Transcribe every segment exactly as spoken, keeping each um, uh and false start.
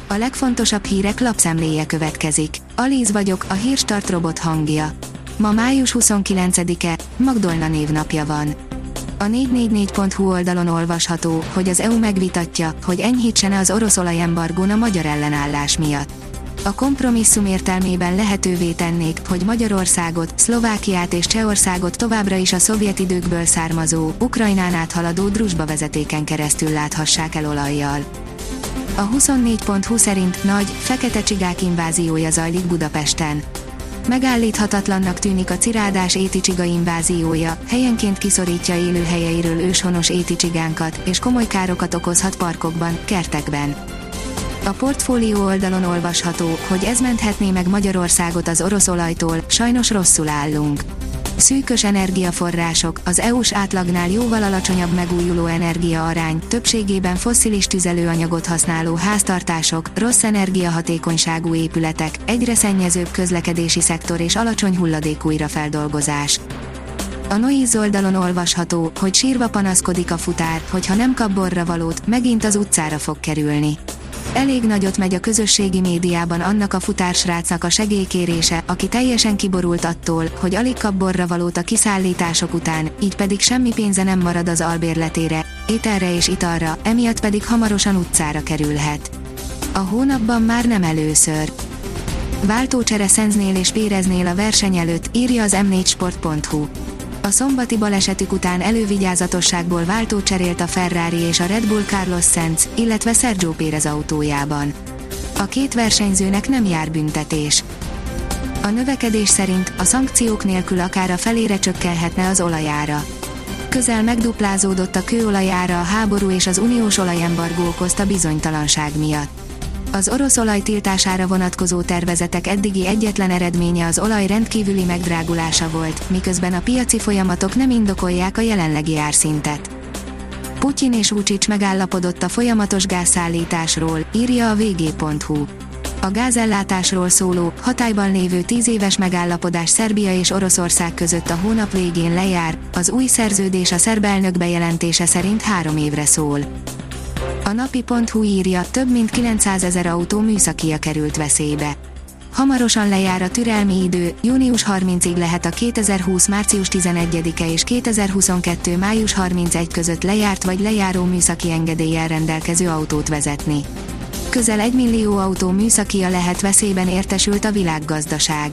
A legfontosabb hírek lapszemléje következik. Alíz vagyok, a Hírstart robot hangja. Ma május huszonkilencedike, Magdolna névnapja van. A négy négy négy pont hu oldalon olvasható, hogy az é u megvitatja, hogy enyhítsene az orosz olajembargón a magyar ellenállás miatt. A kompromisszum értelmében lehetővé tennék, hogy Magyarországot, Szlovákiát és Csehországot továbbra is a szovjet időkből származó, Ukrajnán áthaladó Druzsba vezetéken keresztül láthassák el olajjal. A huszonnégy pont hu szerint nagy, fekete csigák inváziója zajlik Budapesten. Megállíthatatlannak tűnik a cirádás éticsiga inváziója, helyenként kiszorítja élőhelyeiről őshonos éticsigánkat, és komoly károkat okozhat parkokban, kertekben. A Portfólió oldalon olvasható, hogy ez menthetné meg Magyarországot az orosz olajtól, sajnos rosszul állunk. Szűkös energiaforrások, az é u-s átlagnál jóval alacsonyabb megújuló energiaarány, többségében fosszilis tüzelőanyagot használó háztartások, rossz energiahatékonyságú épületek, egyre szennyezőbb közlekedési szektor és alacsony hulladék újrafeldolgozás. A Noiz oldalon olvasható, hogy sírva panaszkodik a futár, hogy ha nem kap borra valót, megint az utcára fog kerülni. Elég nagyot megy a közösségi médiában annak a futársrácnak a segélykérése, aki teljesen kiborult attól, hogy alig kap borra valót a kiszállítások után, így pedig semmi pénze nem marad az albérletére, ételre és italra, emiatt pedig hamarosan utcára kerülhet. A hónapban már nem először. Váltócsere Sainznél és Péreznél a verseny előtt, írja az em négy sport pont hu. A szombati balesetük után elővigyázatosságból váltót cserélt a Ferrari és a Red Bull Carlos Sainz, illetve Sergio Pérez autójában. A két versenyzőnek nem jár büntetés. A növekedés szerint a szankciók nélkül akár a felére csökkenhetne az olajára. Közel megduplázódott a kőolaj ára a háború és az uniós olajembargó okozta bizonytalanság miatt. Az orosz olaj tiltására vonatkozó tervezetek eddigi egyetlen eredménye az olaj rendkívüli megdrágulása volt, miközben a piaci folyamatok nem indokolják a jelenlegi árszintet. Putyin és Vučić megállapodott a folyamatos gázszállításról, írja a vé gé pont hu. A gázellátásról szóló, hatályban lévő tíz éves megállapodás Szerbia és Oroszország között a hónap végén lejár, az új szerződés a szerb elnök bejelentése szerint három évre szól. A napi pont hu írja, több mint kilencszázezer autó műszakia került veszélybe. Hamarosan lejár a türelmi idő, június harmincadikáig lehet a kétezer-húsz március tizenegyedike és kétezer-huszonkettő május harmincegyedike között lejárt vagy lejáró műszaki engedéllyel rendelkező autót vezetni. Közel egy millió autó műszakia lehet veszélyben, értesült a világgazdaság.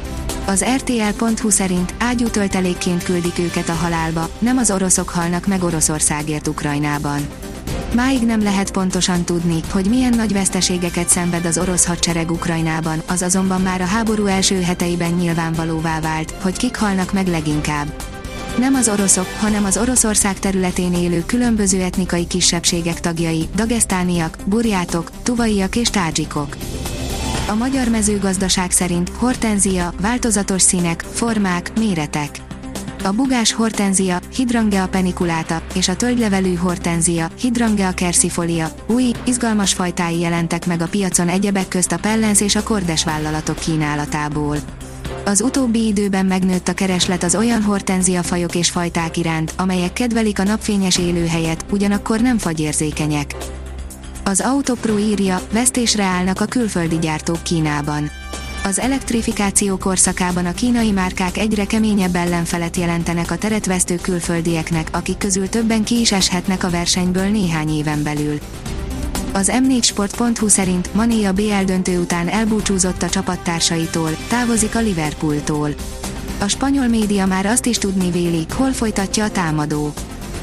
Az er té el pont hu szerint ágyútöltelékként küldik őket a halálba, nem az oroszok halnak meg Oroszországért Ukrajnában. Máig nem lehet pontosan tudni, hogy milyen nagy veszteségeket szenved az orosz hadsereg Ukrajnában, az azonban már a háború első heteiben nyilvánvalóvá vált, hogy kik halnak meg leginkább. Nem az oroszok, hanem az Oroszország területén élő különböző etnikai kisebbségek tagjai, dagesztániak, burjátok, tuvaiak és tádzsikok. A magyar mezőgazdaság szerint hortenzia, változatos színek, formák, méretek. A bugás hortenzia, Hydrangea peniculata, és a tölgylevelű hortenzia, Hydrangea quercifolia, új, izgalmas fajtái jelentek meg a piacon, egyebek közt a Pellenc és a Kordes vállalatok kínálatából. Az utóbbi időben megnőtt a kereslet az olyan hortenzia fajok és fajták iránt, amelyek kedvelik a napfényes élőhelyet, ugyanakkor nem fagyérzékenyek. Az Autopro írja, vesztésre állnak a külföldi gyártók Kínában. Az elektrifikáció korszakában a kínai márkák egyre keményebb ellenfelet jelentenek a teret vesztő külföldieknek, akik közül többen ki is eshetnek a versenyből néhány éven belül. Az em négy sport pont hu szerint Mané a bé el döntő után elbúcsúzott a csapattársaitól, távozik a Liverpooltól. A spanyol média már azt is tudni véli, hol folytatja a támadó.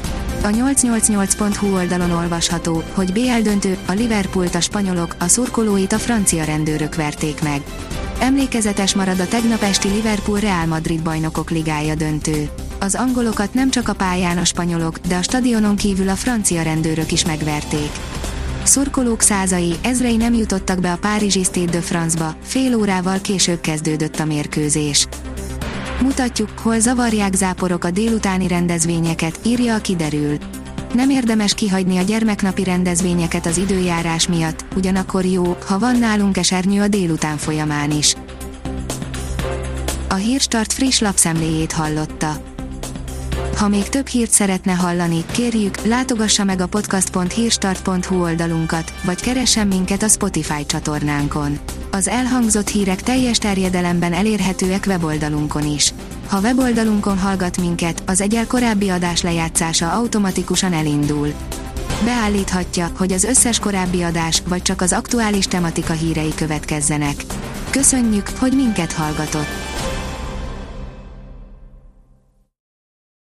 A nyolcszáznyolcvannyolc pont hu oldalon olvasható, hogy bé el döntő, a Liverpoolt a spanyolok, a szurkolóit a francia rendőrök verték meg. Emlékezetes marad a tegnap esti Liverpool-Real Madrid bajnokok ligája döntő. Az angolokat nem csak a pályán a spanyolok, de a stadionon kívül a francia rendőrök is megverték. Szurkolók százai, ezrei nem jutottak be a párizsi Stade de France-ba, fél órával később kezdődött a mérkőzés. Mutatjuk, hol zavarják záporok a délutáni rendezvényeket, írja a Kiderül. Nem érdemes kihagyni a gyermeknapi rendezvényeket az időjárás miatt, ugyanakkor jó, ha van nálunk esernyő a délután folyamán is. A Hírstart friss lapszemléjét hallotta. Ha még több hírt szeretne hallani, kérjük, látogassa meg a podcast pont hírstart pont hu oldalunkat, vagy keressen minket a Spotify csatornánkon. Az elhangzott hírek teljes terjedelemben elérhetőek weboldalunkon is. Ha weboldalunkon hallgat minket, az egyel korábbi adás lejátszása automatikusan elindul. Beállíthatja, hogy az összes korábbi adás, vagy csak az aktuális tematika hírei következzenek. Köszönjük, hogy minket hallgatott!